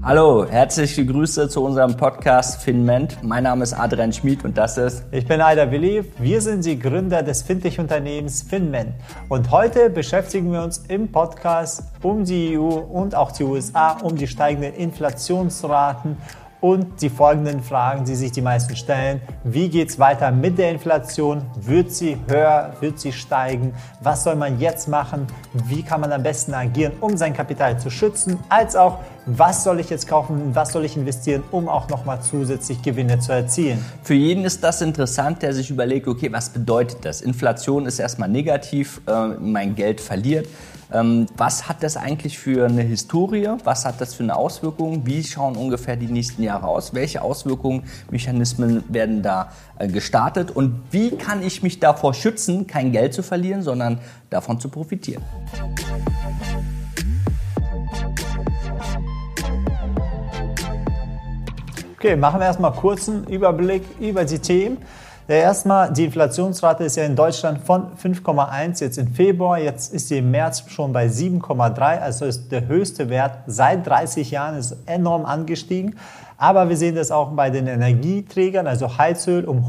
Hallo, herzliche Grüße zu unserem Podcast FinMent. Mein Name ist Adrian Schmid und das ist... Ich bin Aida Willi. Wir sind die Gründer des Fintech-Unternehmens FinMent. Und heute beschäftigen wir uns im Podcast um die EU und auch die USA, um die steigenden Inflationsraten und die folgenden Fragen, die sich die meisten stellen. Wie geht es weiter mit der Inflation? Wird sie höher? Wird sie steigen? Was soll man jetzt machen? Wie kann man am besten agieren, um sein Kapital zu schützen? Als auch, was soll ich jetzt kaufen? Was soll ich investieren, um auch nochmal zusätzlich Gewinne zu erzielen? Für jeden ist das interessant, der sich überlegt, okay, was bedeutet das? Inflation ist erstmal negativ, mein Geld verliert. Was hat das eigentlich für eine Historie? Was hat das für eine Auswirkung? Wie schauen ungefähr die nächsten Jahre aus? Welche Auswirkungen, Mechanismen werden da gestartet? Und wie kann ich mich davor schützen, kein Geld zu verlieren, sondern davon zu profitieren? Okay, machen wir erstmal kurz einen Überblick über die Themen. Erstmal, die Inflationsrate ist ja in Deutschland von 5,1 jetzt im Februar, jetzt ist sie im März schon bei 7,3, also ist der höchste Wert seit 30 Jahren, ist enorm angestiegen. Aber wir sehen das auch bei den Energieträgern, also Heizöl um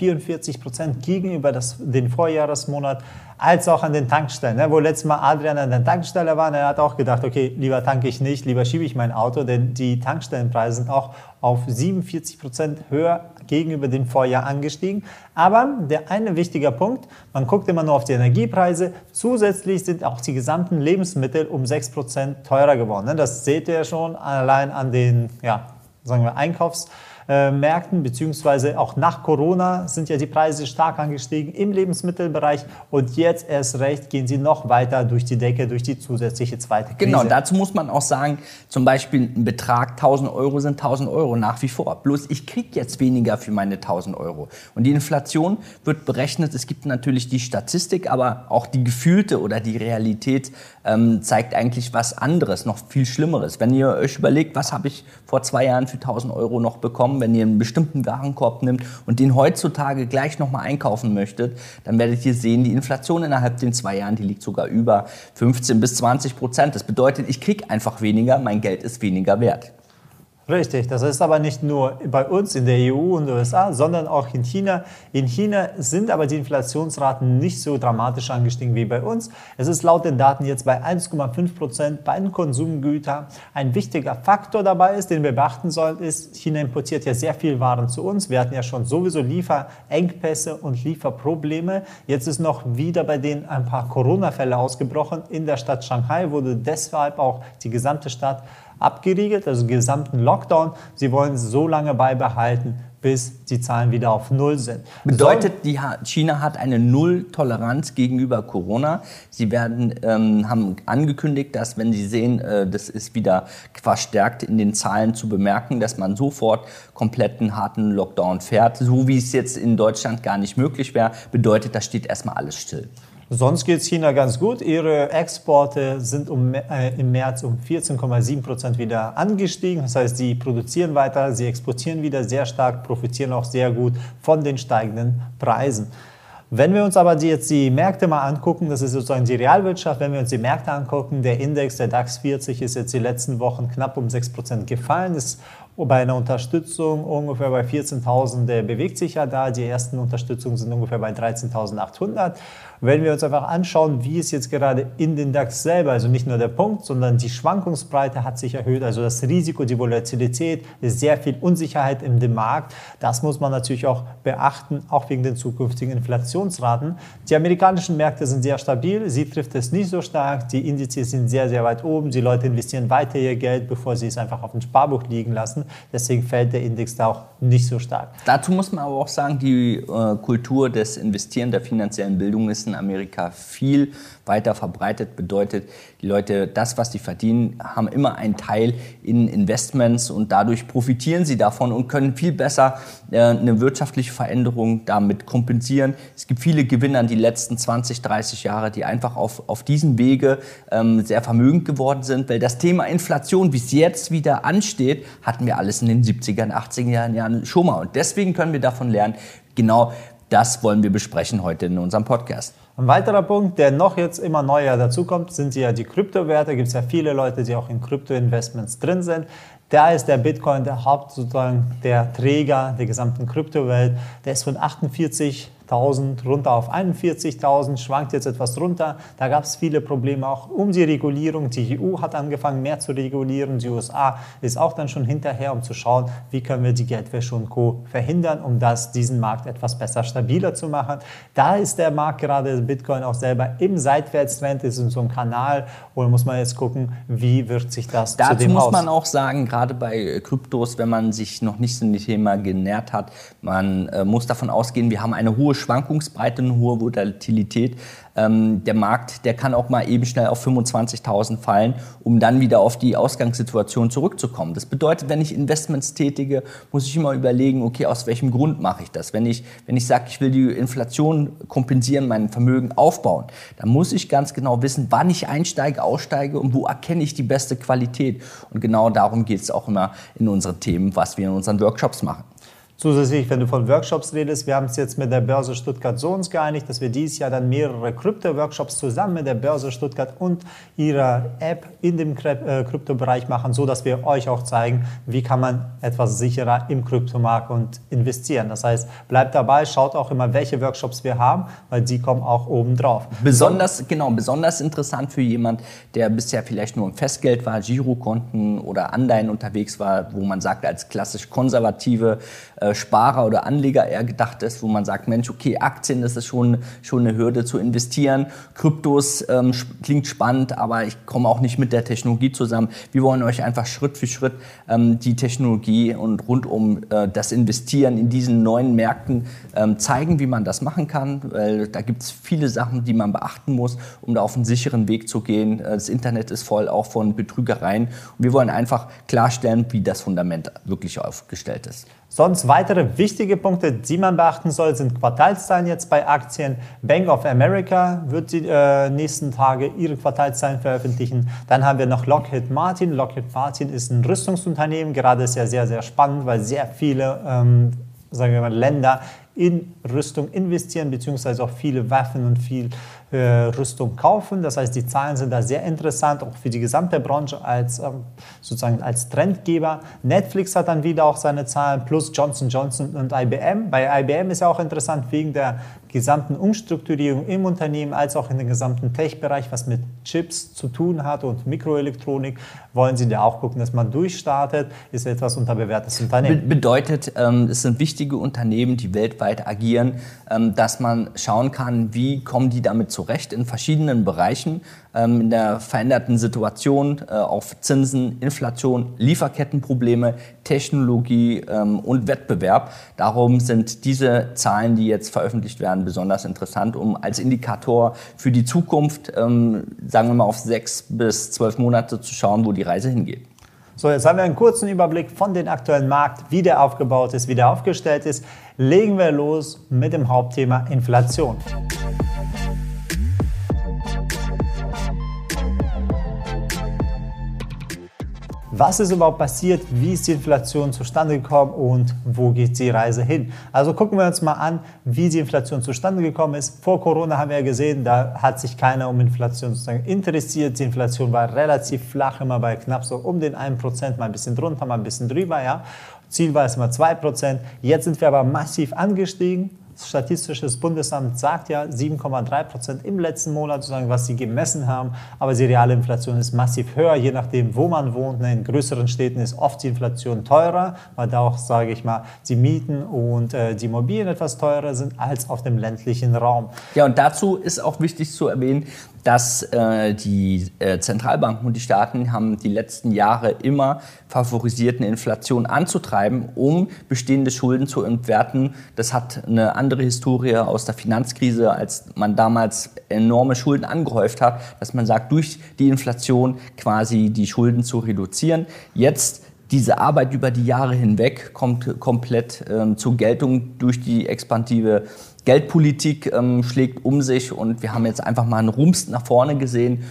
144% gegenüber den Vorjahresmonat, als auch an den Tankstellen. Wo letztes Mal Adrian an der Tankstelle war, er hat auch gedacht, okay, lieber tanke ich nicht, lieber schiebe ich mein Auto, denn die Tankstellenpreise sind auch auf 47% höher gegenüber dem Vorjahr angestiegen. Aber der eine wichtige Punkt, man guckt immer nur auf die Energiepreise, zusätzlich sind auch die gesamten Lebensmittel um 6% teurer geworden. Das seht ihr schon allein an den, sagen wir, Einkaufsmärkten, beziehungsweise auch nach Corona sind ja die Preise stark angestiegen im Lebensmittelbereich und jetzt erst recht gehen sie noch weiter durch die Decke, durch die zusätzliche zweite Krise. Genau, dazu muss man auch sagen, zum Beispiel ein Betrag 1.000 Euro sind 1.000 Euro nach wie vor. Bloß ich kriege jetzt weniger für meine 1.000 Euro. Und die Inflation wird berechnet, es gibt natürlich die Statistik, aber auch die gefühlte oder die Realität zeigt eigentlich was anderes, noch viel Schlimmeres. Wenn ihr euch überlegt, was habe ich vor 2 Jahren für 1.000 Euro noch bekommen, wenn ihr einen bestimmten Warenkorb nimmt und den heutzutage gleich nochmal einkaufen möchtet, dann werdet ihr sehen, die Inflation innerhalb den 2 Jahren, die liegt sogar über 15-20%. Das bedeutet, ich kriege einfach weniger, mein Geld ist weniger wert. Richtig, das ist aber nicht nur bei uns in der EU und den USA, sondern auch in China. In China sind aber die Inflationsraten nicht so dramatisch angestiegen wie bei uns. Es ist laut den Daten jetzt bei 1,5% bei den Konsumgütern. Ein wichtiger Faktor dabei ist, den wir beachten sollen, ist, China importiert ja sehr viel Waren zu uns. Wir hatten ja schon sowieso Lieferengpässe und Lieferprobleme. Jetzt ist noch wieder bei denen ein paar Corona-Fälle ausgebrochen. In der Stadt Shanghai wurde deshalb auch die gesamte Stadt abgeriegelt, also gesamten Lockdown. Sie wollen es so lange beibehalten, bis die Zahlen wieder auf Null sind. Bedeutet, China hat eine Null-Toleranz gegenüber Corona. Sie haben angekündigt, dass, wenn sie sehen, das ist wieder verstärkt in den Zahlen zu bemerken, dass man sofort komplett einen harten Lockdown fährt, so wie es jetzt in Deutschland gar nicht möglich wäre. Bedeutet, da steht erstmal alles still. Sonst geht es China ganz gut. Ihre Exporte sind im März um 14,7% wieder angestiegen. Das heißt, sie produzieren weiter, sie exportieren wieder sehr stark, profitieren auch sehr gut von den steigenden Preisen. Wenn wir uns aber jetzt die Märkte mal angucken, das ist sozusagen die Realwirtschaft, wenn wir uns die Märkte angucken, der Index, der DAX 40 ist jetzt die letzten Wochen knapp um 6% gefallen, ist bei einer Unterstützung ungefähr bei 14.000, der bewegt sich ja da, die ersten Unterstützungen sind ungefähr bei 13.800. Wenn wir uns einfach anschauen, wie es jetzt gerade in den DAX selber, also nicht nur der Punkt, sondern die Schwankungsbreite hat sich erhöht, also das Risiko, die Volatilität, ist sehr viel Unsicherheit in dem Markt. Das muss man natürlich auch beachten, auch wegen den zukünftigen Inflationsraten. Die amerikanischen Märkte sind sehr stabil, sie trifft es nicht so stark, die Indizes sind sehr, sehr weit oben, die Leute investieren weiter ihr Geld, bevor sie es einfach auf dem Sparbuch liegen lassen. Deswegen fällt der Index da auch nicht so stark. Dazu muss man aber auch sagen, die Kultur des Investieren, der finanziellen Bildung ist in Amerika viel weiter verbreitet. Bedeutet, die Leute, das, was sie verdienen, haben immer einen Teil in Investments und dadurch profitieren sie davon und können viel besser eine wirtschaftliche Veränderung damit kompensieren. Es gibt viele Gewinner die letzten 20, 30 Jahre, die einfach auf diesem Wege sehr vermögend geworden sind, weil das Thema Inflation, wie es jetzt wieder ansteht, hatten wir alles in den 70er, 80er Jahren schon mal. Und deswegen können wir davon lernen, genau das wollen wir besprechen heute in unserem Podcast. Ein weiterer Punkt, der noch jetzt immer neuer dazukommt, sind ja die Kryptowerte. Da gibt es ja viele Leute, die auch in Krypto-Investments drin sind. Da ist der Bitcoin der der Träger der gesamten Kryptowelt. Der ist von 48.000 runter auf 41.000, schwankt jetzt etwas runter. Da gab es viele Probleme auch um die Regulierung. Die EU hat angefangen, mehr zu regulieren. Die USA ist auch dann schon hinterher, um zu schauen, wie können wir die Geldwäsche und Co. verhindern, um diesen Markt etwas besser, stabiler zu machen. Da ist der Markt gerade, Bitcoin auch selber im Seitwärtstrend, ist in so einem Kanal. Und muss man jetzt gucken, wie wirkt sich das zu dem aus. Dazu muss man auch sagen, gerade bei Kryptos, wenn man sich noch nicht so in das Thema genährt hat, man muss davon ausgehen, wir haben eine hohe Schwankungsbreite, eine hohe Volatilität. Der Markt, der kann auch mal eben schnell auf 25.000 fallen, um dann wieder auf die Ausgangssituation zurückzukommen. Das bedeutet, wenn ich Investments tätige, muss ich immer überlegen, okay, aus welchem Grund mache ich das? Wenn ich sage, ich will die Inflation kompensieren, mein Vermögen aufbauen, dann muss ich ganz genau wissen, wann ich einsteige, aussteige und wo erkenne ich die beste Qualität. Und genau darum geht es auch immer in unseren Themen, was wir in unseren Workshops machen. Zusätzlich, wenn du von Workshops redest, wir haben uns jetzt mit der Börse Stuttgart so uns geeinigt, dass wir dieses Jahr dann mehrere Krypto-Workshops zusammen mit der Börse Stuttgart und ihrer App in dem Kryptobereich machen, so dass wir euch auch zeigen, wie kann man etwas sicherer im Kryptomarkt und investieren. Das heißt, bleibt dabei, schaut auch immer, welche Workshops wir haben, weil die kommen auch oben drauf. Besonders interessant für jemand, der bisher vielleicht nur im Festgeld war, Girokonten oder Anleihen unterwegs war, wo man sagt, als klassisch konservative Sparer oder Anleger eher gedacht ist, wo man sagt, Mensch, okay, Aktien, das ist schon eine Hürde zu investieren. Kryptos klingt spannend, aber ich komme auch nicht mit der Technologie zusammen. Wir wollen euch einfach Schritt für Schritt die Technologie und rund um das Investieren in diesen neuen Märkten zeigen, wie man das machen kann. Weil da gibt es viele Sachen, die man beachten muss, um da auf einen sicheren Weg zu gehen. Das Internet ist voll auch von Betrügereien. Und wir wollen einfach klarstellen, wie das Fundament wirklich aufgestellt ist. Sonst weitere wichtige Punkte, die man beachten soll, sind Quartalszahlen jetzt bei Aktien. Bank of America wird die nächsten Tage ihre Quartalszahlen veröffentlichen. Dann haben wir noch Lockheed Martin. Lockheed Martin ist ein Rüstungsunternehmen. Gerade ist ja sehr, sehr spannend, weil sehr viele sagen wir mal, Länder in Rüstung investieren, beziehungsweise auch viele Waffen und viel Rüstung kaufen. Das heißt, die Zahlen sind da sehr interessant, auch für die gesamte Branche sozusagen als Trendgeber. Netflix hat dann wieder auch seine Zahlen, plus Johnson & Johnson und IBM. Bei IBM ist ja auch interessant, wegen der gesamten Umstrukturierung im Unternehmen, als auch in dem gesamten Tech-Bereich, was mit Chips zu tun hat und Mikroelektronik, wollen sie da auch gucken, dass man durchstartet, ist etwas unterbewertetes Unternehmen. Bedeutet, es sind wichtige Unternehmen, die weltweit agieren, dass man schauen kann, wie kommen die damit zurecht in verschiedenen Bereichen, in der veränderten Situation auf Zinsen, Inflation, Lieferkettenprobleme, Technologie und Wettbewerb. Darum sind diese Zahlen, die jetzt veröffentlicht werden, besonders interessant, um als Indikator für die Zukunft, sagen wir mal auf 6 bis 12 Monate zu schauen, wo die Reise hingeht. So, jetzt haben wir einen kurzen Überblick von dem aktuellen Markt, wie der aufgebaut ist, wie der aufgestellt ist. Legen wir los mit dem Hauptthema Inflation. Was ist überhaupt passiert? Wie ist die Inflation zustande gekommen und wo geht die Reise hin? Also gucken wir uns mal an, wie die Inflation zustande gekommen ist. Vor Corona haben wir ja gesehen, da hat sich keiner um Inflation sozusagen interessiert. Die Inflation war relativ flach, immer bei knapp so um den 1%, mal ein bisschen drunter, mal ein bisschen drüber. Ja. Ziel war es immer 2%. Jetzt sind wir aber massiv angestiegen. Das Statistisches Bundesamt sagt ja 7,3% im letzten Monat, sozusagen, was sie gemessen haben. Aber die reale Inflation ist massiv höher, je nachdem, wo man wohnt. In größeren Städten ist oft die Inflation teurer, weil da auch, sage ich mal, die Mieten und die Immobilien etwas teurer sind als auf dem ländlichen Raum. Ja, und dazu ist auch wichtig zu erwähnen, dass die Zentralbanken und die Staaten haben die letzten Jahre immer favorisiert, eine Inflation anzutreiben, um bestehende Schulden zu entwerten. Das hat eine andere Historie aus der Finanzkrise, als man damals enorme Schulden angehäuft hat, dass man sagt, durch die Inflation quasi die Schulden zu reduzieren. Jetzt diese Arbeit über die Jahre hinweg kommt komplett zur Geltung durch die expansive Geldpolitik schlägt um sich und wir haben jetzt einfach mal einen Rums nach vorne gesehen,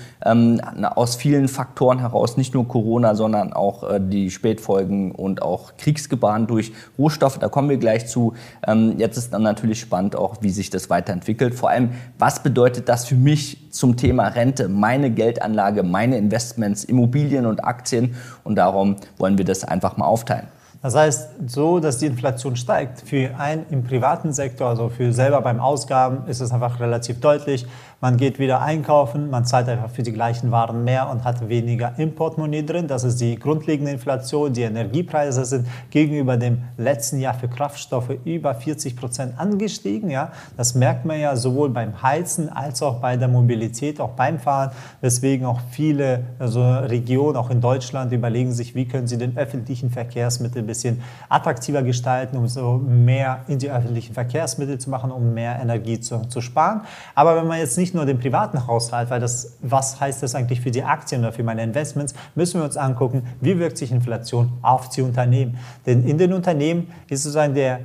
aus vielen Faktoren heraus, nicht nur Corona, sondern auch die Spätfolgen und auch Kriegsgebaren durch Rohstoffe, da kommen wir gleich zu. Jetzt ist dann natürlich spannend auch, wie sich das weiterentwickelt. Vor allem, was bedeutet das für mich zum Thema Rente, meine Geldanlage, meine Investments, Immobilien und Aktien, und darum wollen wir das einfach mal aufteilen. Das heißt, so, dass die Inflation steigt, für einen im privaten Sektor, also für selber beim Ausgaben, ist es einfach relativ deutlich. Man geht wieder einkaufen, man zahlt einfach für die gleichen Waren mehr und hat weniger im Portemonnaie drin. Das ist die grundlegende Inflation. Die Energiepreise sind gegenüber dem letzten Jahr für Kraftstoffe über 40% angestiegen. Ja. Das merkt man ja sowohl beim Heizen als auch bei der Mobilität, auch beim Fahren. Weswegen auch viele Regionen, auch in Deutschland, überlegen sich, wie können sie den öffentlichen Verkehrsmittel ein bisschen attraktiver gestalten, um so mehr in die öffentlichen Verkehrsmittel zu machen, um mehr Energie zu sparen. Aber wenn man jetzt nicht nur den privaten Haushalt, weil was heißt das eigentlich für die Aktien oder für meine Investments, müssen wir uns angucken, wie wirkt sich Inflation auf die Unternehmen. Denn in den Unternehmen ist sozusagen der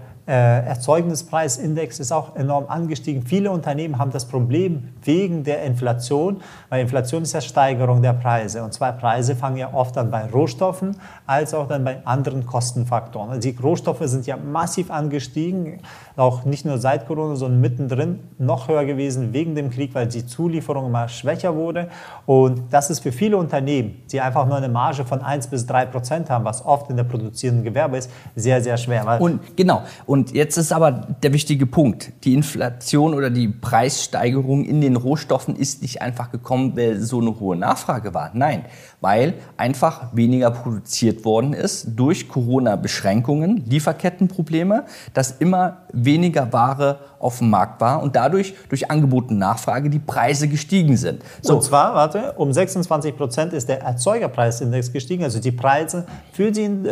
Erzeugnispreisindex ist auch enorm angestiegen. Viele Unternehmen haben das Problem wegen der Inflation, weil Inflation ist ja Steigerung der Preise. Und zwar Preise fangen ja oft an bei Rohstoffen, als auch dann bei anderen Kostenfaktoren. Also die Rohstoffe sind ja massiv angestiegen, auch nicht nur seit Corona, sondern mittendrin noch höher gewesen wegen dem Krieg, weil die Zulieferung immer schwächer wurde. Und das ist für viele Unternehmen, die einfach nur eine Marge von 1-3% haben, was oft in der produzierenden Gewerbe ist, sehr, sehr schwer. Und jetzt ist aber der wichtige Punkt. Die Inflation oder die Preissteigerung in den Rohstoffen ist nicht einfach gekommen, weil so eine hohe Nachfrage war. Nein, weil einfach weniger produziert worden ist durch Corona-Beschränkungen, Lieferkettenprobleme, dass immer weniger Ware auf dem Markt war und dadurch durch Angebot und Nachfrage die Preise gestiegen sind. So. Und zwar, um 26% ist der Erzeugerpreisindex gestiegen, also die Preise für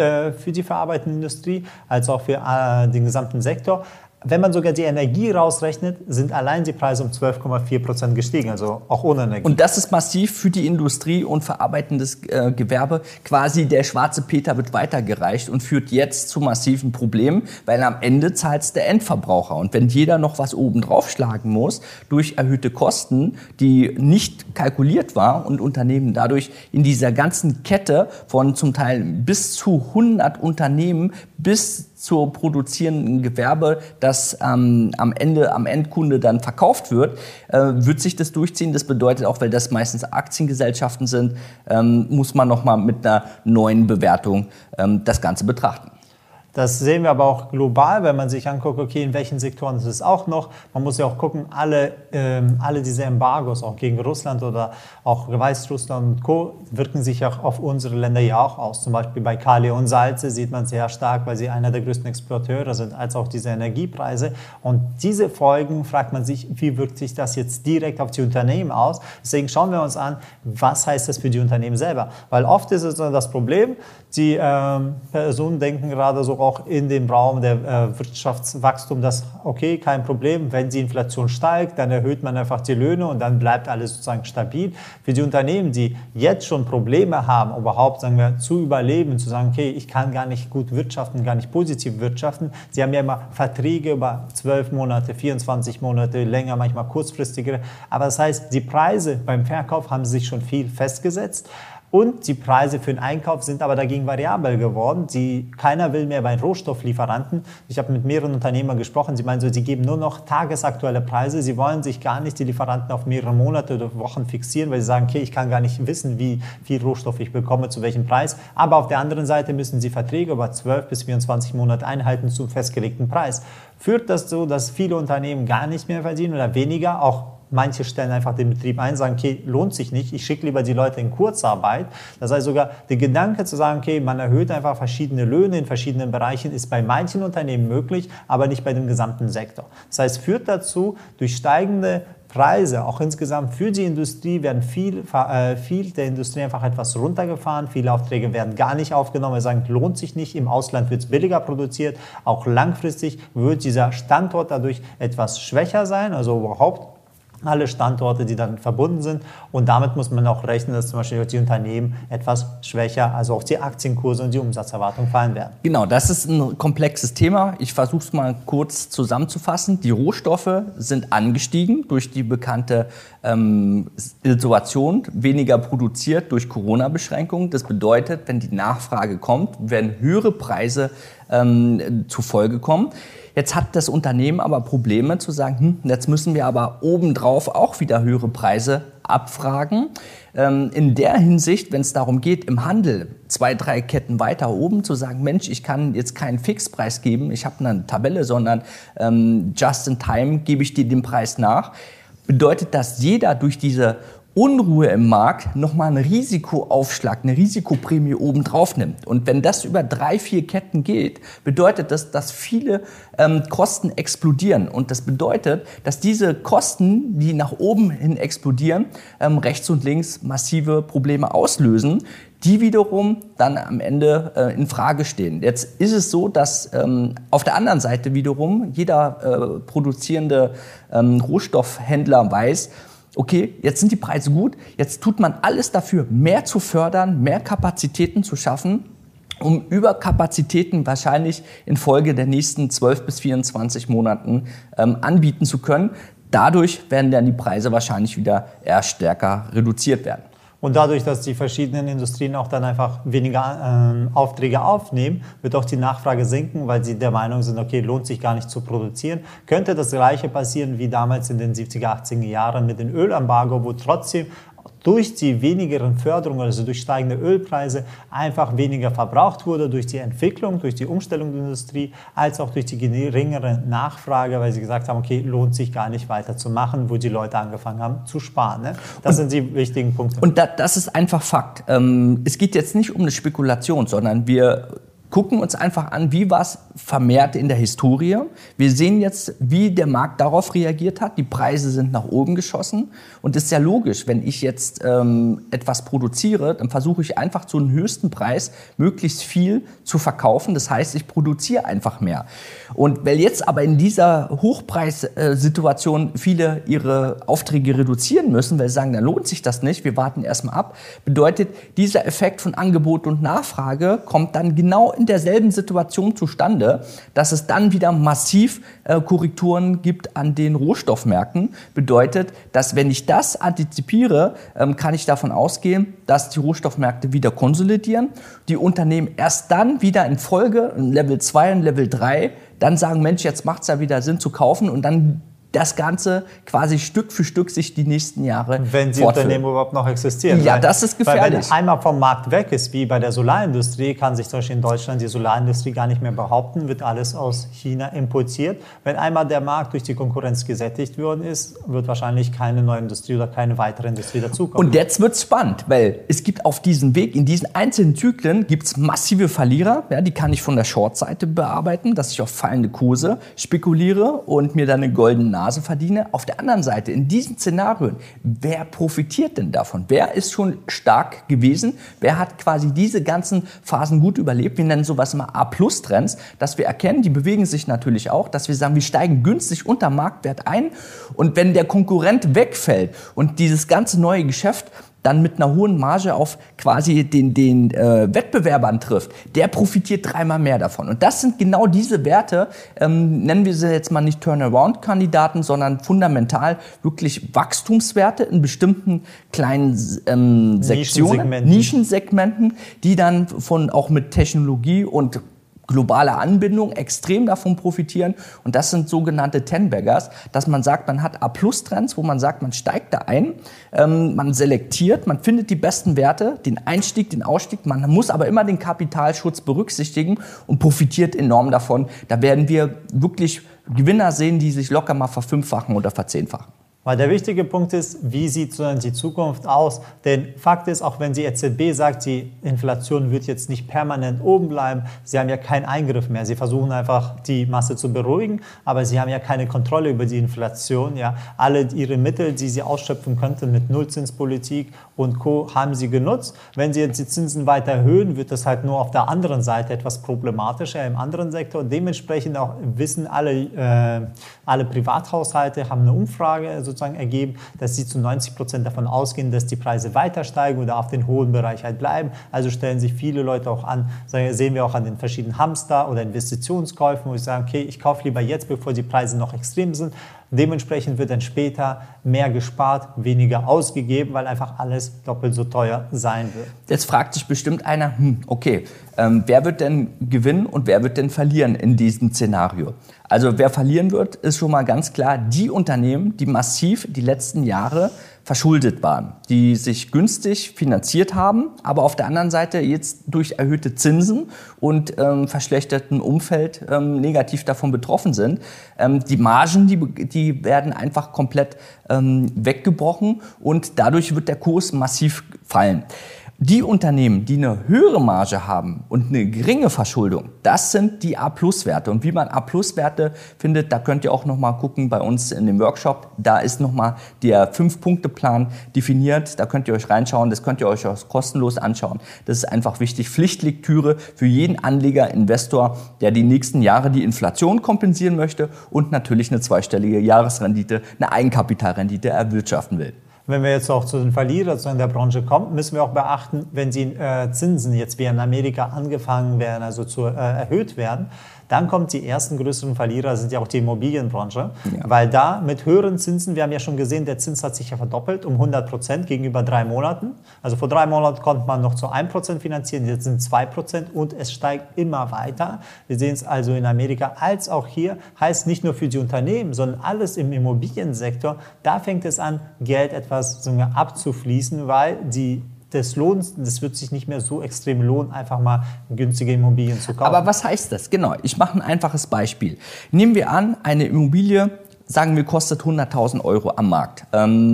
die verarbeitende Industrie als auch für den gesamten Sektor. Wenn man sogar die Energie rausrechnet, sind allein die Preise um 12,4% gestiegen, also auch ohne Energie. Und das ist massiv für die Industrie und verarbeitendes Gewerbe. Quasi der schwarze Peter wird weitergereicht und führt jetzt zu massiven Problemen, weil am Ende zahlt es der Endverbraucher. Und wenn jeder noch was oben draufschlagen muss durch erhöhte Kosten, die nicht kalkuliert war und Unternehmen dadurch in dieser ganzen Kette von zum Teil bis zu 100 Unternehmen bis zur produzierenden Gewerbe, das am Endkunde dann verkauft wird, wird sich das durchziehen. Das bedeutet auch, weil das meistens Aktiengesellschaften sind, muss man nochmal mit einer neuen Bewertung das Ganze betrachten. Das sehen wir aber auch global, wenn man sich anguckt, okay, in welchen Sektoren ist es auch noch. Man muss ja auch gucken, alle diese Embargos, auch gegen Russland oder auch Weißrussland und Co., wirken sich auch auf unsere Länder ja auch aus. Zum Beispiel bei Kali und Salze sieht man sehr stark, weil sie einer der größten Exporteure sind, als auch diese Energiepreise. Und diese Folgen, fragt man sich, wie wirkt sich das jetzt direkt auf die Unternehmen aus? Deswegen schauen wir uns an, was heißt das für die Unternehmen selber? Weil oft ist es das Problem, die Personen denken gerade so auch in dem Raum der Wirtschaftswachstum, dass, okay, kein Problem, wenn die Inflation steigt, dann erhöht man einfach die Löhne und dann bleibt alles sozusagen stabil. Für die Unternehmen, die jetzt schon Probleme haben, überhaupt, sagen wir, zu überleben, zu sagen, okay, ich kann gar nicht gut wirtschaften, gar nicht positiv wirtschaften. Sie haben ja immer Verträge über 12 Monate, 24 Monate, länger, manchmal kurzfristigere. Aber das heißt, die Preise beim Verkauf haben sich schon viel festgesetzt. Und die Preise für den Einkauf sind aber dagegen variabel geworden. Keiner will mehr bei Rohstofflieferanten. Ich habe mit mehreren Unternehmern gesprochen. Sie meinen so, sie geben nur noch tagesaktuelle Preise. Sie wollen sich gar nicht die Lieferanten auf mehrere Monate oder Wochen fixieren, weil sie sagen, okay, ich kann gar nicht wissen, wie viel Rohstoff ich bekomme, zu welchem Preis. Aber auf der anderen Seite müssen sie Verträge über 12 bis 24 Monate einhalten zum festgelegten Preis. Führt das so, dass viele Unternehmen gar nicht mehr verdienen oder weniger, auch manche stellen einfach den Betrieb ein, sagen, okay, lohnt sich nicht, ich schicke lieber die Leute in Kurzarbeit. Das heißt sogar, der Gedanke zu sagen, okay, man erhöht einfach verschiedene Löhne in verschiedenen Bereichen, ist bei manchen Unternehmen möglich, aber nicht bei dem gesamten Sektor. Das heißt, führt dazu, durch steigende Preise, auch insgesamt für die Industrie, werden viel der Industrie einfach etwas runtergefahren. Viele Aufträge werden gar nicht aufgenommen. Wir sagen, lohnt sich nicht. Im Ausland wird es billiger produziert. Auch langfristig wird dieser Standort dadurch etwas schwächer sein, also überhaupt alle Standorte, die dann verbunden sind. Und damit muss man auch rechnen, dass zum Beispiel die Unternehmen etwas schwächer, also auch die Aktienkurse und die Umsatzerwartung fallen werden. Genau, das ist ein komplexes Thema. Ich versuche es mal kurz zusammenzufassen. Die Rohstoffe sind angestiegen durch die bekannte Situation, weniger produziert durch Corona-Beschränkungen. Das bedeutet, wenn die Nachfrage kommt, werden höhere Preise zu Folge kommen. Jetzt hat das Unternehmen aber Probleme zu sagen, jetzt müssen wir aber obendrauf auch wieder höhere Preise abfragen. In der Hinsicht, wenn es darum geht, im Handel 2, 3 Ketten weiter oben zu sagen, Mensch, ich kann jetzt keinen Fixpreis geben, ich habe eine Tabelle, sondern just in time gebe ich dir den Preis nach, bedeutet, dass jeder durch diese Unruhe im Markt nochmal einen Risikoaufschlag, eine Risikoprämie obendrauf nimmt. Und wenn das über 3, 4 Ketten geht, bedeutet das, dass viele Kosten explodieren. Und das bedeutet, dass diese Kosten, die nach oben hin explodieren, rechts und links massive Probleme auslösen, die wiederum dann am Ende in Frage stehen. Jetzt ist es so, dass auf der anderen Seite wiederum jeder produzierende Rohstoffhändler weiß, okay, jetzt sind die Preise gut, jetzt tut man alles dafür, mehr zu fördern, mehr Kapazitäten zu schaffen, um Überkapazitäten wahrscheinlich in Folge der nächsten 12 bis 24 Monaten anbieten zu können. Dadurch werden dann die Preise wahrscheinlich wieder eher stärker reduziert werden. Und dadurch, dass die verschiedenen Industrien auch dann einfach weniger Aufträge aufnehmen, wird auch die Nachfrage sinken, weil sie der Meinung sind, okay, lohnt sich gar nicht zu produzieren. Könnte das Gleiche passieren wie damals in den 70er, 80er Jahren mit dem Ölembargo, wo trotzdem durch die wenigeren Förderungen, also durch steigende Ölpreise, einfach weniger verbraucht wurde durch die Entwicklung, durch die Umstellung der Industrie, als auch durch die geringere Nachfrage, weil sie gesagt haben, okay, lohnt sich gar nicht weiter zu machen, wo die Leute angefangen haben zu sparen. Ne? Das sind die wichtigen Punkte. Und das ist einfach Fakt. Es geht jetzt nicht um eine Spekulation, sondern wir gucken uns einfach an, wie war es vermehrt in der Historie. Wir sehen jetzt, wie der Markt darauf reagiert hat. Die Preise sind nach oben geschossen. Und es ist ja logisch, wenn ich jetzt etwas produziere, dann versuche ich einfach zu einem höchsten Preis möglichst viel zu verkaufen. Das heißt, ich produziere einfach mehr. Und weil jetzt aber in dieser Hochpreissituation viele ihre Aufträge reduzieren müssen, weil sie sagen, dann lohnt sich das nicht, wir warten erstmal ab, bedeutet, dieser Effekt von Angebot und Nachfrage kommt dann genau in derselben Situation zustande, dass es dann wieder massiv Korrekturen gibt an den Rohstoffmärkten. Bedeutet, dass wenn ich das antizipiere, kann ich davon ausgehen, dass die Rohstoffmärkte wieder konsolidieren, die Unternehmen erst dann wieder in Folge, in Level 2 und Level 3, dann sagen, Mensch, jetzt macht es ja wieder Sinn zu kaufen und dann das Ganze quasi Stück für Stück sich die nächsten Jahre wenn die Unternehmen überhaupt noch existieren. Ja, das ist gefährlich. Weil wenn einmal vom Markt weg ist, wie bei der Solarindustrie, kann sich zum Beispiel in Deutschland die Solarindustrie gar nicht mehr behaupten, wird alles aus China importiert. Wenn einmal der Markt durch die Konkurrenz gesättigt worden ist, wird wahrscheinlich keine neue Industrie oder keine weitere Industrie dazukommen. Und jetzt wird es spannend, weil es gibt auf diesem Weg, in diesen einzelnen Zyklen, gibt es massive Verlierer. Ja, die kann ich von der Short-Seite bearbeiten, dass ich auf fallende Kurse spekuliere und mir dann eine goldene Nase verdiene. Auf der anderen Seite, in diesen Szenarien, wer profitiert denn davon? Wer ist schon stark gewesen? Wer hat quasi diese ganzen Phasen gut überlebt? Wir nennen sowas immer A-Plus-Trends, dass wir erkennen, die bewegen sich natürlich auch, dass wir sagen, wir steigen günstig unter Marktwert ein und wenn der Konkurrent wegfällt und dieses ganze neue Geschäft dann mit einer hohen Marge auf quasi den Wettbewerbern trifft, der profitiert 3-mal mehr davon. Und das sind genau diese Werte, nennen wir sie jetzt mal nicht Turnaround-Kandidaten, sondern fundamental wirklich Wachstumswerte in bestimmten kleinen Sektionen, Nischensegmenten, die dann auch mit Technologie und globale Anbindung extrem davon profitieren. Und das sind sogenannte Ten-Baggers, dass man sagt, man hat A-Plus-Trends, wo man sagt, man steigt da ein, man selektiert, man findet die besten Werte, den Einstieg, den Ausstieg. Man muss aber immer den Kapitalschutz berücksichtigen und profitiert enorm davon. Da werden wir wirklich Gewinner sehen, die sich locker mal verfünffachen oder verzehnfachen. Weil der wichtige Punkt ist, wie sieht so die Zukunft aus? Denn Fakt ist, auch wenn die EZB sagt, die Inflation wird jetzt nicht permanent oben bleiben, sie haben ja keinen Eingriff mehr. Sie versuchen einfach, die Masse zu beruhigen, aber sie haben ja keine Kontrolle über die Inflation. Ja. Alle ihre Mittel, die sie ausschöpfen könnten mit Nullzinspolitik und Co., haben sie genutzt. Wenn sie jetzt die Zinsen weiter erhöhen, wird das halt nur auf der anderen Seite etwas problematischer im anderen Sektor. Dementsprechend auch wissen alle Privathaushalte, haben eine Umfrage sozusagen ergeben, dass sie zu 90% davon ausgehen, dass die Preise weiter steigen oder auf den hohen Bereich halt bleiben. Also stellen sich viele Leute auch an, sehen wir auch an den verschiedenen Hamster- oder Investitionskäufen, wo ich sage, okay, ich kaufe lieber jetzt, bevor die Preise noch extrem sind. Dementsprechend wird dann später mehr gespart, weniger ausgegeben, weil einfach alles doppelt so teuer sein wird. Jetzt fragt sich bestimmt einer, okay, wer wird denn gewinnen und wer wird denn verlieren in diesem Szenario? Also wer verlieren wird, ist schon mal ganz klar die Unternehmen, die massiv die letzten Jahre verschuldet waren, die sich günstig finanziert haben, aber auf der anderen Seite jetzt durch erhöhte Zinsen und verschlechterten Umfeld negativ davon betroffen sind. Die Margen, die werden einfach komplett weggebrochen und dadurch wird der Kurs massiv fallen. Die Unternehmen, die eine höhere Marge haben und eine geringe Verschuldung, das sind die A-Plus-Werte. Und wie man A-Plus-Werte findet, da könnt ihr auch noch mal gucken bei uns in dem Workshop. Da ist noch mal der 5-Punkte-Plan definiert. Da könnt ihr euch reinschauen. Das könnt ihr euch auch kostenlos anschauen. Das ist einfach wichtig. Pflichtlektüre für jeden Anleger, Investor, der die nächsten Jahre die Inflation kompensieren möchte und natürlich eine zweistellige Jahresrendite, eine Eigenkapitalrendite erwirtschaften will. Wenn wir jetzt auch zu den Verlierern in der Branche kommen, müssen wir auch beachten, wenn die Zinsen jetzt wie in Amerika angefangen werden, also erhöht werden, dann kommen die ersten größeren Verlierer, sind ja auch die Immobilienbranche, weil da mit höheren Zinsen, wir haben ja schon gesehen, der Zins hat sich ja verdoppelt um 100% gegenüber 3 Monaten. Also vor 3 Monaten konnte man noch zu 1% finanzieren, jetzt sind 2% und es steigt immer weiter. Wir sehen es also in Amerika als auch hier, heißt nicht nur für die Unternehmen, sondern alles im Immobiliensektor, da fängt es an, Geld etwas abzufließen, weil das wird sich nicht mehr so extrem lohnen, einfach mal günstige Immobilien zu kaufen. Aber was heißt das? Genau, ich mache ein einfaches Beispiel. Nehmen wir an, eine Immobilie, sagen wir, kostet 100.000 Euro am Markt.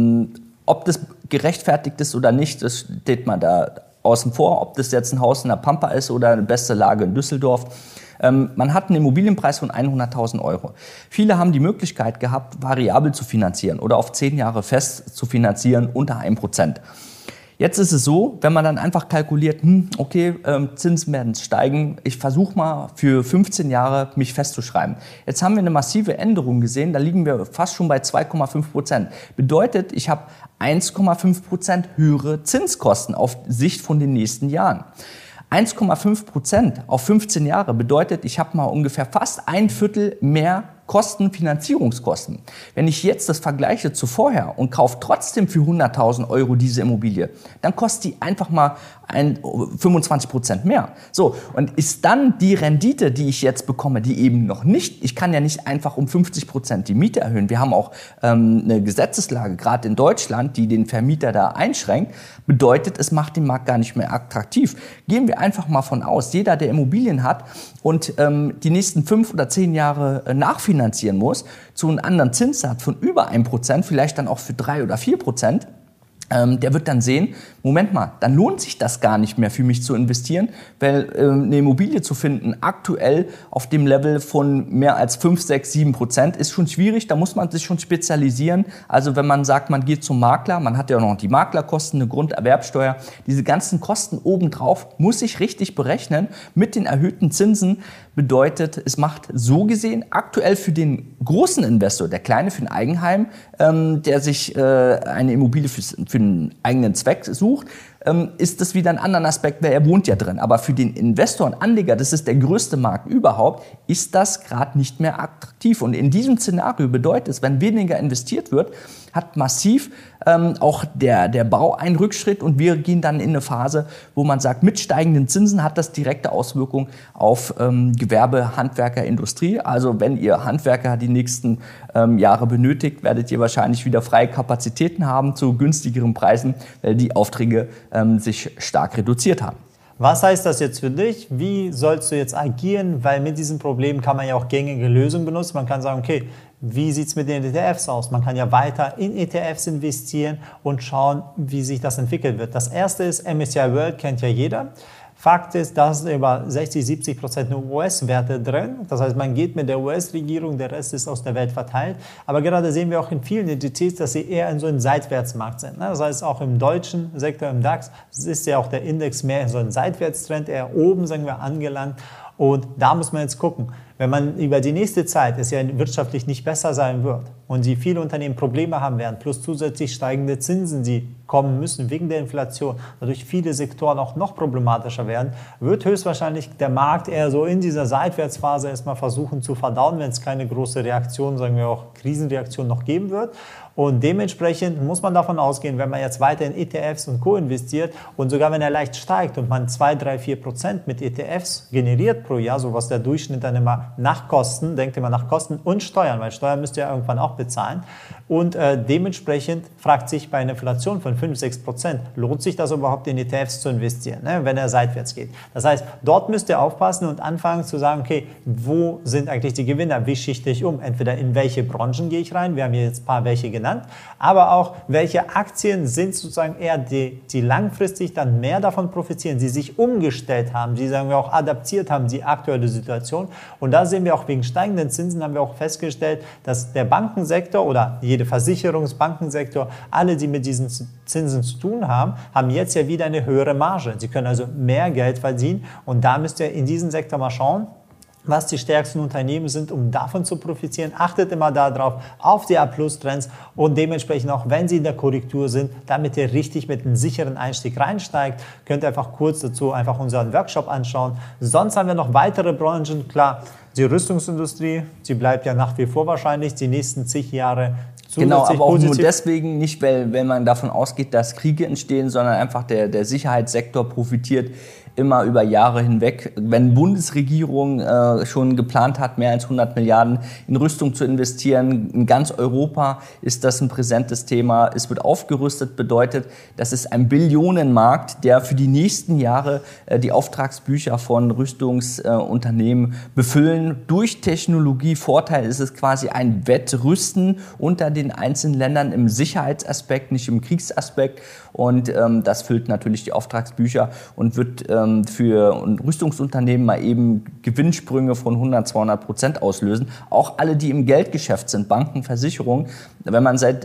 Ob das gerechtfertigt ist oder nicht, das steht mal da außen vor. Ob das jetzt ein Haus in der Pampa ist oder eine beste Lage in Düsseldorf. Man hat einen Immobilienpreis von 100.000 Euro. Viele haben die Möglichkeit gehabt, variabel zu finanzieren oder auf 10 Jahre fest zu finanzieren unter 1%. Jetzt ist es so, wenn man dann einfach kalkuliert, Zinsen werden steigen, ich versuche mal für 15 Jahre mich festzuschreiben. Jetzt haben wir eine massive Änderung gesehen, da liegen wir fast schon bei 2,5%. Bedeutet, ich habe 1,5% höhere Zinskosten auf Sicht von den nächsten Jahren. 1,5% auf 15 Jahre bedeutet, ich habe mal ungefähr fast 1/4 mehr Finanzierungskosten. Wenn ich jetzt das vergleiche zu vorher und kaufe trotzdem für 100.000 Euro diese Immobilie, dann kostet die einfach mal 25% mehr. So, und ist dann die Rendite, die ich jetzt bekomme, die eben noch nicht, ich kann ja nicht einfach um 50% die Miete erhöhen. Wir haben auch eine Gesetzeslage, gerade in Deutschland, die den Vermieter da einschränkt, bedeutet, es macht den Markt gar nicht mehr attraktiv. Gehen wir einfach mal von aus, jeder, der Immobilien hat und die nächsten 5 oder 10 Jahre nachfinanzieren muss, zu einem anderen Zinssatz von über 1%, vielleicht dann auch für 3 oder 4%, der wird dann sehen, Moment mal, dann lohnt sich das gar nicht mehr für mich zu investieren, weil eine Immobilie zu finden aktuell auf dem Level von mehr als 5, 6, 7% ist schon schwierig, da muss man sich schon spezialisieren. Also wenn man sagt, man geht zum Makler, man hat ja auch noch die Maklerkosten, eine Grunderwerbsteuer, diese ganzen Kosten obendrauf muss ich richtig berechnen mit den erhöhten Zinsen. Bedeutet, es macht so gesehen aktuell für den großen Investor, der kleine für ein Eigenheim, der sich eine Immobilie für einen eigenen Zweck sucht, ist das wieder ein anderer Aspekt, weil er wohnt ja drin. Aber für den Investor und Anleger, das ist der größte Markt überhaupt, ist das gerade nicht mehr attraktiv. Und in diesem Szenario bedeutet es, wenn weniger investiert wird, hat massiv auch der Bau einen Rückschritt und wir gehen dann in eine Phase, wo man sagt, mit steigenden Zinsen hat das direkte Auswirkungen auf Gewerbe, Handwerker, Industrie. Also wenn ihr Handwerker die nächsten Jahre benötigt, werdet ihr wahrscheinlich wieder freie Kapazitäten haben zu günstigeren Preisen, weil die Aufträge sich stark reduziert haben. Was heißt das jetzt für dich? Wie sollst du jetzt agieren? Weil mit diesem Problem kann man ja auch gängige Lösungen benutzen. Man kann sagen, okay, wie sieht es mit den ETFs aus? Man kann ja weiter in ETFs investieren und schauen, wie sich das entwickelt wird. Das erste ist MSCI World, kennt ja jeder. Fakt ist, da sind über 60-70% nur US-Werte drin. Das heißt, man geht mit der US-Regierung, der Rest ist aus der Welt verteilt. Aber gerade sehen wir auch in vielen Indizes, dass sie eher in so einem Seitwärtsmarkt sind. Das heißt, auch im deutschen Sektor, im DAX, ist ja auch der Index mehr in so einem Seitwärtstrend, eher oben, sagen wir, angelangt. Und da muss man jetzt gucken, Wenn man über die nächste Zeit es ja wirtschaftlich nicht besser sein wird und die viele Unternehmen Probleme haben werden, plus zusätzlich steigende Zinsen, die kommen müssen wegen der Inflation, dadurch viele Sektoren auch noch problematischer werden, wird höchstwahrscheinlich der Markt eher so in dieser Seitwärtsphase erstmal versuchen zu verdauen, wenn es keine große Reaktion, sagen wir auch Krisenreaktion noch geben wird. Und dementsprechend muss man davon ausgehen, wenn man jetzt weiter in ETFs und Co. investiert und sogar wenn er leicht steigt und man 2, 3, 4% mit ETFs generiert pro Jahr, so was der Durchschnitt dann immer nach Kosten, denkt immer nach Kosten und Steuern, weil Steuern müsst ihr ja irgendwann auch bezahlen. Und dementsprechend fragt sich bei einer Inflation von 5, 6%, lohnt sich das überhaupt in ETFs zu investieren, ne, wenn er seitwärts geht. Das heißt, dort müsst ihr aufpassen und anfangen zu sagen, okay, wo sind eigentlich die Gewinner, wie schichte ich um, entweder in welche Branchen gehe ich rein, wir haben hier jetzt ein paar welche genannt, aber auch, welche Aktien sind sozusagen eher die langfristig dann mehr davon profitieren, die sich umgestellt haben, die sagen wir auch adaptiert haben, die aktuelle Situation. Und da sehen wir auch wegen steigenden Zinsen, haben wir auch festgestellt, dass der Bankensektor oder jede Versicherungsbankensektor, alle, die mit diesen Zinsen zu tun haben, haben jetzt ja wieder eine höhere Marge. Sie können also mehr Geld verdienen und da müsst ihr in diesem Sektor mal schauen, was die stärksten Unternehmen sind, um davon zu profitieren. Achtet immer darauf, auf die A-Plus-Trends und dementsprechend auch, wenn sie in der Korrektur sind, damit ihr richtig mit einem sicheren Einstieg reinsteigt, könnt ihr einfach kurz dazu einfach unseren Workshop anschauen. Sonst haben wir noch weitere Branchen, klar, die Rüstungsindustrie, die bleibt ja nach wie vor wahrscheinlich die nächsten zig Jahre. Genau, aber auch nur deswegen nicht, weil man davon ausgeht, dass Kriege entstehen, sondern einfach der Sicherheitssektor profitiert immer über Jahre hinweg. Wenn Bundesregierung schon geplant hat, mehr als 100 Milliarden in Rüstung zu investieren, in ganz Europa ist das ein präsentes Thema. Es wird aufgerüstet, bedeutet, das ist ein Billionenmarkt, der für die nächsten Jahre die Auftragsbücher von Rüstungsunternehmen befüllen. Durch Technologievorteil ist es quasi ein Wettrüsten unter den einzelnen Ländern im Sicherheitsaspekt, nicht im Kriegsaspekt. Und das füllt natürlich die Auftragsbücher und wird für Rüstungsunternehmen mal eben Gewinnsprünge von 100-200% auslösen. Auch alle, die im Geldgeschäft sind, Banken, Versicherungen, wenn man sieht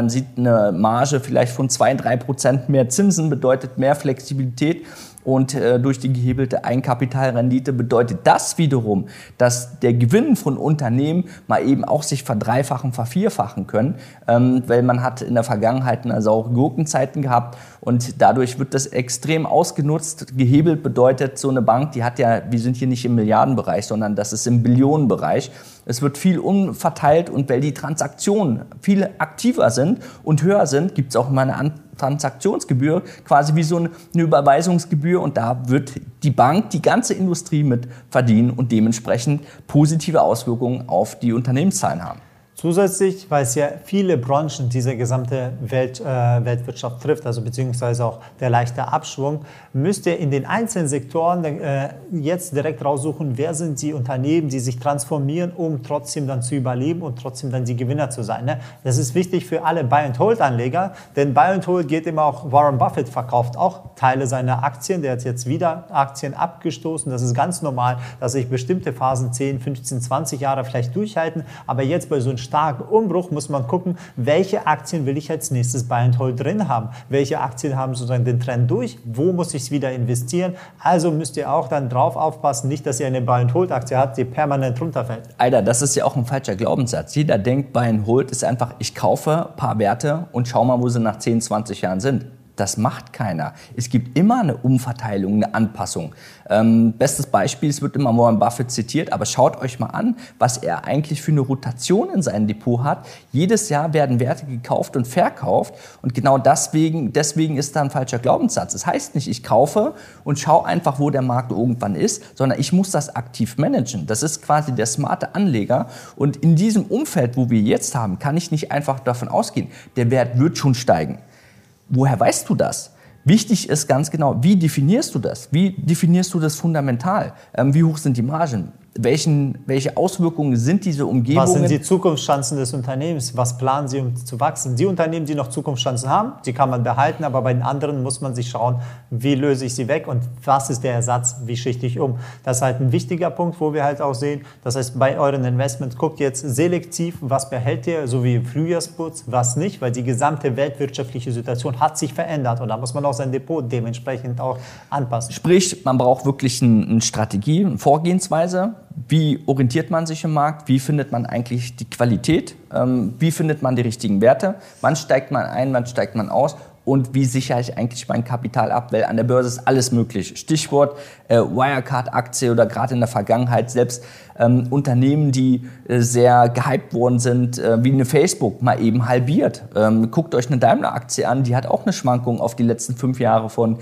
eine Marge vielleicht von 2-3% mehr Zinsen, bedeutet mehr Flexibilität. Und durch die gehebelte Eigenkapitalrendite bedeutet das wiederum, dass der Gewinn von Unternehmen mal eben auch sich verdreifachen, vervierfachen können, weil man hat in der Vergangenheit eine saure Gurkenzeiten gehabt und dadurch wird das extrem ausgenutzt. Gehebelt bedeutet, so eine Bank, die hat ja, wir sind hier nicht im Milliardenbereich, sondern das ist im Billionenbereich. Es wird viel umverteilt und weil die Transaktionen viel aktiver sind und höher sind, gibt es auch mal eine Transaktionsgebühr, quasi wie so eine Überweisungsgebühr und da wird die Bank, die ganze Industrie mit verdienen und dementsprechend positive Auswirkungen auf die Unternehmenszahlen haben. Zusätzlich, weil es ja viele Branchen diese gesamte Weltwirtschaft trifft, also beziehungsweise auch der leichte Abschwung, müsst ihr in den einzelnen Sektoren jetzt direkt raussuchen, wer sind die Unternehmen, die sich transformieren, um trotzdem dann zu überleben und trotzdem dann die Gewinner zu sein. Ne? Das ist wichtig für alle Buy-and-Hold-Anleger, denn Buy-and-Hold geht immer auch, Warren Buffett verkauft auch Teile seiner Aktien, der hat jetzt wieder Aktien abgestoßen, das ist ganz normal, dass sich bestimmte Phasen 10, 15, 20 Jahre vielleicht durchhalten, aber jetzt bei so einem starken Umbruch muss man gucken, welche Aktien will ich als nächstes Buy and Hold drin haben, welche Aktien haben sozusagen den Trend durch, wo muss ich es wieder investieren, also müsst ihr auch dann drauf aufpassen, nicht, dass ihr eine Buy and Hold Aktie habt, die permanent runterfällt. Alter, das ist ja auch ein falscher Glaubenssatz. Jeder denkt, Buy and Hold ist einfach, ich kaufe ein paar Werte und schau mal, wo sie nach 10, 20 Jahren sind. Das macht keiner. Es gibt immer eine Umverteilung, eine Anpassung. Bestes Beispiel, es wird immer Warren Buffett zitiert, aber schaut euch mal an, was er eigentlich für eine Rotation in seinem Depot hat. Jedes Jahr werden Werte gekauft und verkauft und genau deswegen ist da ein falscher Glaubenssatz. Das heißt nicht, ich kaufe und schaue einfach, wo der Markt irgendwann ist, sondern ich muss das aktiv managen. Das ist quasi der smarte Anleger und in diesem Umfeld, wo wir jetzt haben, kann ich nicht einfach davon ausgehen, der Wert wird schon steigen. Woher weißt du das? Wichtig ist ganz genau, wie definierst du das? Wie definierst du das fundamental? Wie hoch sind die Margen? Welche Auswirkungen sind diese Umgebungen? Was sind die Zukunftschancen des Unternehmens? Was planen sie, um zu wachsen? Die Unternehmen, die noch Zukunftschancen haben, die kann man behalten, aber bei den anderen muss man sich schauen, wie löse ich sie weg und was ist der Ersatz, wie schichte ich um? Das ist halt ein wichtiger Punkt, wo wir halt auch sehen, das heißt, bei euren Investments guckt jetzt selektiv, was behält ihr, so wie im Frühjahrsputz, was nicht, weil die gesamte weltwirtschaftliche Situation hat sich verändert und da muss man auch sein Depot dementsprechend auch anpassen. Sprich, man braucht wirklich eine Strategie, eine Vorgehensweise. wie orientiert man sich im Markt, wie findet man eigentlich die Qualität, wie findet man die richtigen Werte, wann steigt man ein, wann steigt man aus und wie sichere ich eigentlich mein Kapital ab, weil an der Börse ist alles möglich. Stichwort Wirecard-Aktie oder gerade in der Vergangenheit selbst Unternehmen, die sehr gehypt worden sind, wie eine Facebook, mal eben halbiert. Guckt euch eine Daimler-Aktie an, die hat auch eine Schwankung auf die letzten 5 Jahre von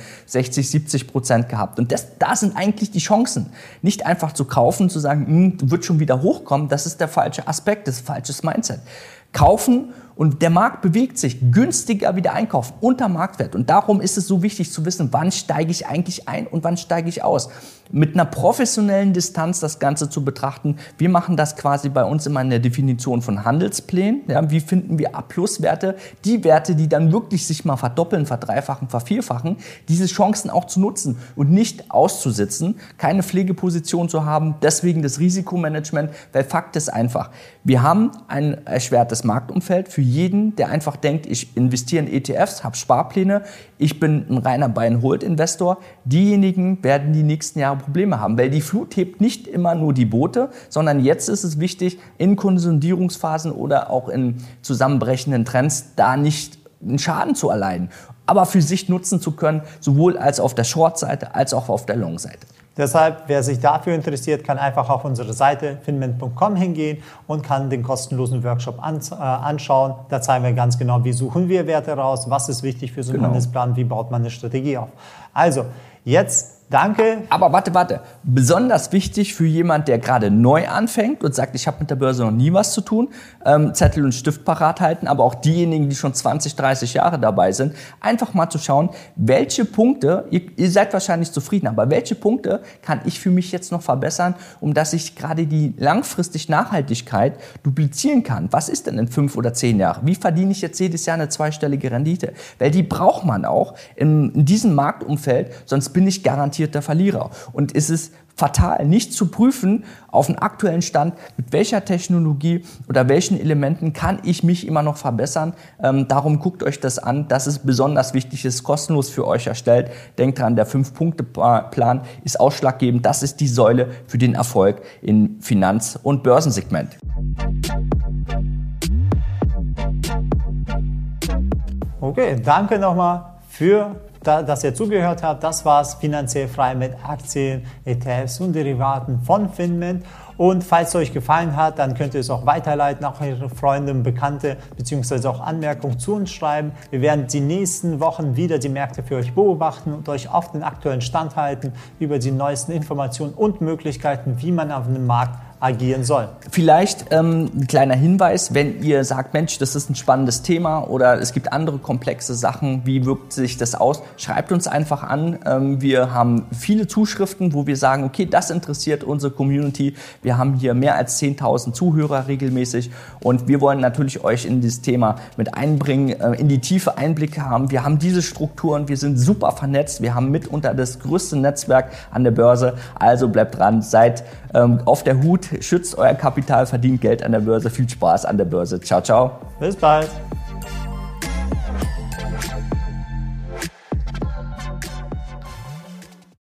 60-70% gehabt. Und da sind eigentlich die Chancen. Nicht einfach zu kaufen, zu sagen, wird schon wieder hochkommen, das ist der falsche Aspekt, das ist falsches Mindset. Kaufen und der Markt bewegt sich, günstiger wieder einkaufen, unter Marktwert. Und darum ist es so wichtig zu wissen, wann steige ich eigentlich ein und wann steige ich aus. Mit einer professionellen Distanz das Ganze zu betrachten. Wir machen das quasi bei uns immer in der Definition von Handelsplänen. Ja, wie finden wir A-Plus-Werte? Die Werte, die dann wirklich sich mal verdoppeln, verdreifachen, vervierfachen, diese Chancen auch zu nutzen und nicht auszusitzen, keine Pflegeposition zu haben, deswegen das Risikomanagement, weil Fakt ist einfach, wir haben ein erschwertes Marktumfeld für jeden, der einfach denkt, ich investiere in ETFs, habe Sparpläne, ich bin ein reiner Buy-and-Hold-Investor. Diejenigen werden die nächsten Jahre Probleme haben, weil die Flut hebt nicht immer nur die Boote, sondern jetzt ist es wichtig, in Konsolidierungsphasen oder auch in zusammenbrechenden Trends da nicht einen Schaden zu erleiden, aber für sich nutzen zu können, sowohl als auf der Short-Seite als auch auf der Long-Seite. Deshalb, wer sich dafür interessiert, kann einfach auf unsere Seite finment.com hingehen und kann den kostenlosen Workshop anschauen. Da zeigen wir ganz genau, wie suchen wir Werte raus, was ist wichtig für so einen Handelsplan, wie baut man eine Strategie auf. Also, jetzt danke. Aber warte. Besonders wichtig für jemand, der gerade neu anfängt und sagt, ich habe mit der Börse noch nie was zu tun, Zettel und Stift parat halten, aber auch diejenigen, die schon 20, 30 Jahre dabei sind, einfach mal zu schauen, welche Punkte, ihr seid wahrscheinlich zufrieden, aber welche Punkte kann ich für mich jetzt noch verbessern, um dass ich gerade die langfristig Nachhaltigkeit duplizieren kann. Was ist denn in 5 oder 10 Jahren? Wie verdiene ich jetzt jedes Jahr eine zweistellige Rendite? Weil die braucht man auch in diesem Marktumfeld, sonst bin ich garantierter Verlierer. Und es ist fatal, nicht zu prüfen auf den aktuellen Stand, mit welcher Technologie oder welchen Elementen kann ich mich immer noch verbessern. Darum guckt euch das an. Das ist besonders wichtig, ist kostenlos für euch erstellt. Denkt dran, der 5-Punkte-Plan ist ausschlaggebend. Das ist die Säule für den Erfolg im Finanz- und Börsensegment. Okay, danke nochmal dass ihr zugehört habt. Das war's, finanziell frei mit Aktien, ETFs und Derivaten von Finment. Und falls es euch gefallen hat, dann könnt ihr es auch weiterleiten, auch eure Freunde, Bekannte, beziehungsweise auch Anmerkungen zu uns schreiben. Wir werden die nächsten Wochen wieder die Märkte für euch beobachten und euch auf den aktuellen Stand halten über die neuesten Informationen und Möglichkeiten, wie man auf dem Markt agieren soll. Vielleicht ein kleiner Hinweis, wenn ihr sagt, Mensch, das ist ein spannendes Thema oder es gibt andere komplexe Sachen, wie wirkt sich das aus? Schreibt uns einfach an. Wir haben viele Zuschriften, wo wir sagen, okay, das interessiert unsere Community. Wir haben hier mehr als 10.000 Zuhörer regelmäßig und wir wollen natürlich euch in dieses Thema mit einbringen, in die tiefe Einblicke haben. Wir haben diese Strukturen, wir sind super vernetzt, wir haben mitunter das größte Netzwerk an der Börse. Also bleibt dran, seid auf der Hut, schützt euer Kapital, verdient Geld an der Börse. Viel Spaß an der Börse. Ciao, ciao. Bis bald.